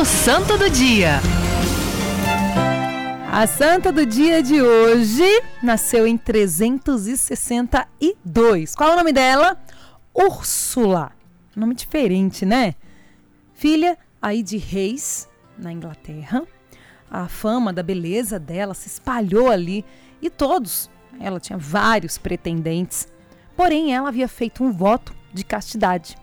O Santo do Dia. A santa do dia de hoje nasceu em 362. Qual é o nome dela? Úrsula. Nome diferente, né? Filha aí de reis na Inglaterra. A fama da beleza dela se espalhou ali e ela tinha vários pretendentes. Porém, ela havia feito um voto de castidade.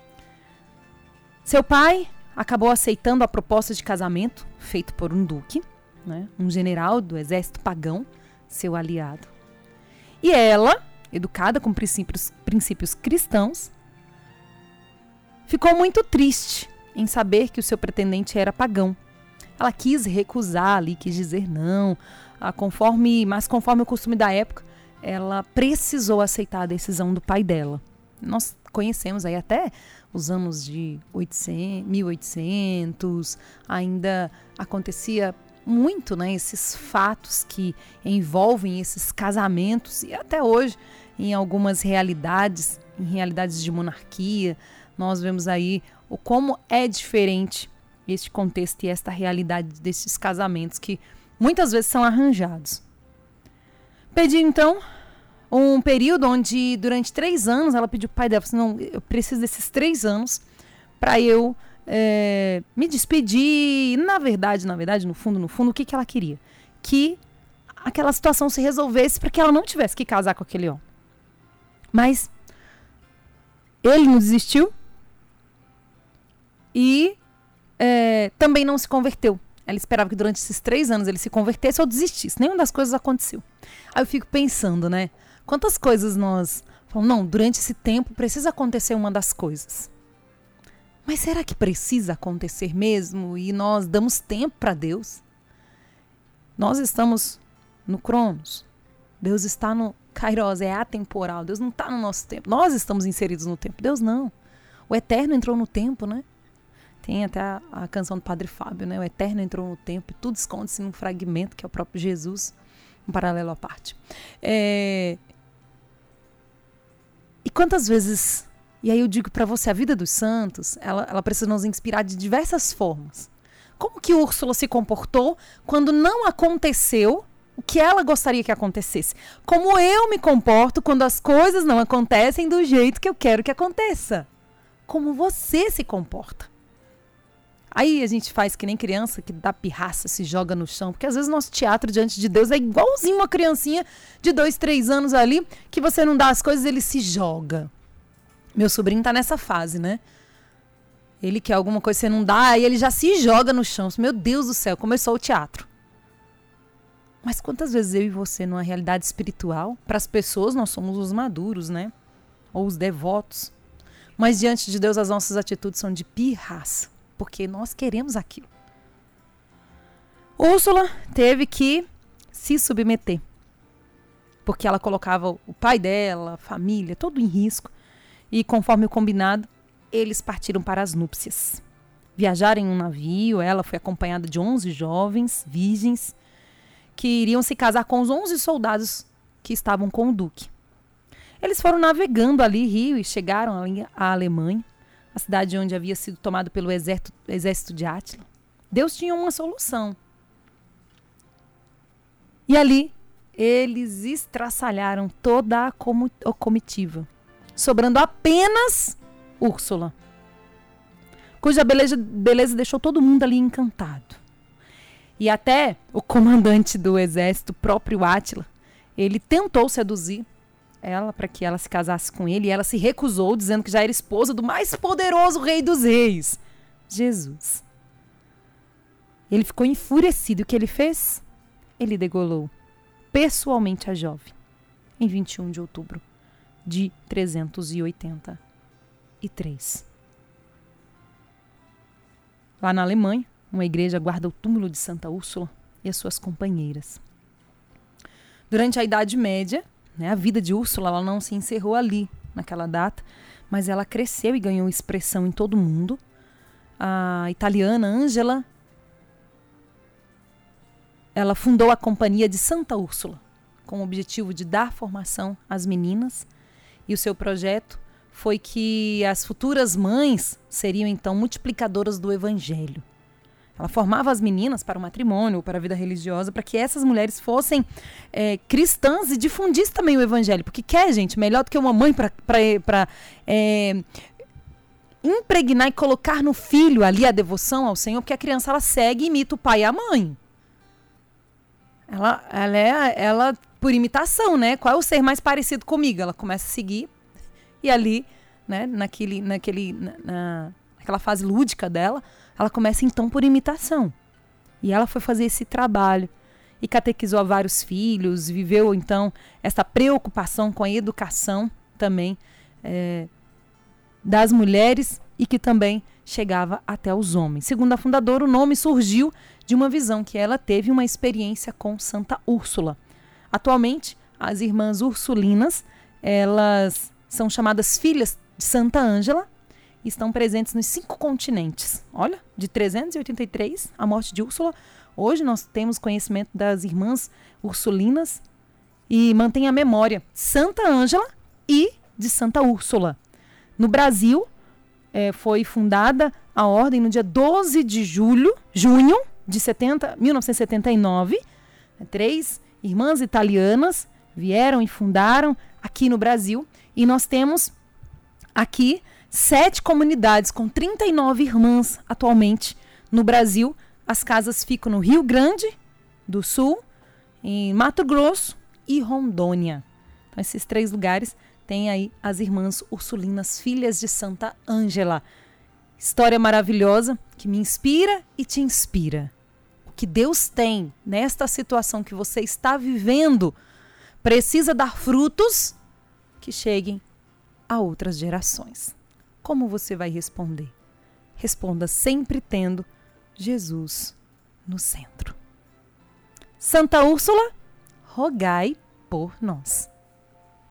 Seu pai acabou aceitando a proposta de casamento feito por um duque, né, um general do exército pagão, seu aliado. E ela, educada com princípios cristãos, ficou muito triste em saber que o seu pretendente era pagão. Ela quis recusar ali, quis dizer não, mas conforme o costume da época, ela precisou aceitar a decisão do pai dela. Nós conhecemos aí até os anos de 1800, ainda acontecia muito, né, esses fatos que envolvem esses casamentos, e até hoje em algumas realidades, em realidades de monarquia, nós vemos aí como é diferente este contexto e esta realidade desses casamentos que muitas vezes são arranjados. Pediu então um período onde durante 3 anos ela pediu para o pai dela, não, eu preciso desses 3 anos para eu me despedir. Na verdade, no fundo, o que ela queria? Que aquela situação se resolvesse para que ela não tivesse que casar com aquele homem. Mas ele não desistiu e também não se converteu. Ela esperava que durante esses 3 anos ele se convertesse ou desistisse. Nenhuma das coisas aconteceu. Aí eu fico pensando, né? Quantas coisas nós falamos, não, durante esse tempo precisa acontecer uma das coisas. Mas será que precisa acontecer mesmo? E nós damos tempo para Deus? Nós estamos no Cronos. Deus está no Kairos, é atemporal. Deus não está no nosso tempo. Nós estamos inseridos no tempo. Deus não. O Eterno entrou no tempo, né? Tem até a canção do Padre Fábio, né? O Eterno entrou no tempo e tudo esconde-se num fragmento que é o próprio Jesus, um paralelo à parte. E quantas vezes... E aí eu digo para você, a vida dos santos, ela precisa nos inspirar de diversas formas. Como que Úrsula se comportou quando não aconteceu o que ela gostaria que acontecesse? Como eu me comporto quando as coisas não acontecem do jeito que eu quero que aconteça? Como você se comporta? Aí a gente faz que nem criança que dá pirraça, se joga no chão, porque às vezes nosso teatro diante de Deus é igualzinho uma criancinha de 2, 3 anos ali, que você não dá as coisas, ele se joga. Meu sobrinho tá nessa fase, né? Ele quer alguma coisa, você não dá, aí ele já se joga no chão. Meu Deus do céu, começou o teatro. Mas quantas vezes eu e você, numa realidade espiritual, para as pessoas nós somos os maduros, né? Ou os devotos. Mas diante de Deus as nossas atitudes são de pirraça, porque nós queremos aquilo. Úrsula teve que se submeter, porque ela colocava o pai dela, a família, todo em risco. E conforme o combinado, eles partiram para as núpcias. Viajaram em um navio, ela foi acompanhada de 11 jovens, virgens, que iriam se casar com os 11 soldados que estavam com o duque. Eles foram navegando ali, rio, e chegaram ali à Alemanha, a cidade onde havia sido tomado pelo exército de Átila. Deus tinha uma solução. E ali, eles estraçalharam toda a comitiva, sobrando apenas Úrsula, cuja beleza deixou todo mundo ali encantado. E até o comandante do exército, próprio Átila, ele tentou seduzir ela para que ela se casasse com ele, e ela se recusou, dizendo que já era esposa do mais poderoso rei dos reis, Jesus. Ele ficou enfurecido. E o que ele fez? Ele degolou pessoalmente a jovem, em 21 de outubro de 383. Lá na Alemanha, uma igreja guarda o túmulo de Santa Úrsula e as suas companheiras. Durante a Idade Média, né, a vida de Úrsula ela não se encerrou ali, naquela data, mas ela cresceu e ganhou expressão em todo o mundo. A italiana Angela, ela fundou a Companhia de Santa Úrsula, com o objetivo de dar formação às meninas, e o seu projeto foi que as futuras mães seriam então multiplicadoras do Evangelho. Ela formava as meninas para o matrimônio ou para a vida religiosa, para que essas mulheres fossem cristãs e difundissem também o evangelho. Porque quer, gente, melhor do que uma mãe para impregnar e colocar no filho ali a devoção ao Senhor, porque a criança ela segue e imita o pai e a mãe. Ela por imitação, né? Qual é o ser mais parecido comigo? Ela começa a seguir e ali, né, naquela fase lúdica dela, ela começa então por imitação. E ela foi fazer esse trabalho e catequizou a vários filhos, viveu então essa preocupação com a educação também das mulheres e que também chegava até os homens. Segundo a fundadora, o nome surgiu de uma visão que ela teve, uma experiência com Santa Úrsula. Atualmente, as irmãs ursulinas, elas são chamadas filhas de Santa Ângela e estão presentes nos 5 continentes. Olha, de 383, a morte de Úrsula. Hoje nós temos conhecimento das irmãs ursulinas e mantém a memória de Santa Ângela e de Santa Úrsula. No Brasil, foi fundada a ordem no dia 12 de junho de 1979. 3 irmãs italianas vieram e fundaram aqui no Brasil. E nós temos aqui 7 comunidades com 39 irmãs atualmente no Brasil. As casas ficam no Rio Grande do Sul, em Mato Grosso e Rondônia. Então, esses 3 lugares têm aí as irmãs ursulinas, filhas de Santa Ângela. História maravilhosa que me inspira e te inspira. O que Deus tem nesta situação que você está vivendo precisa dar frutos que cheguem a outras gerações. Como você vai responder? Responda sempre tendo Jesus no centro. Santa Úrsula, rogai por nós.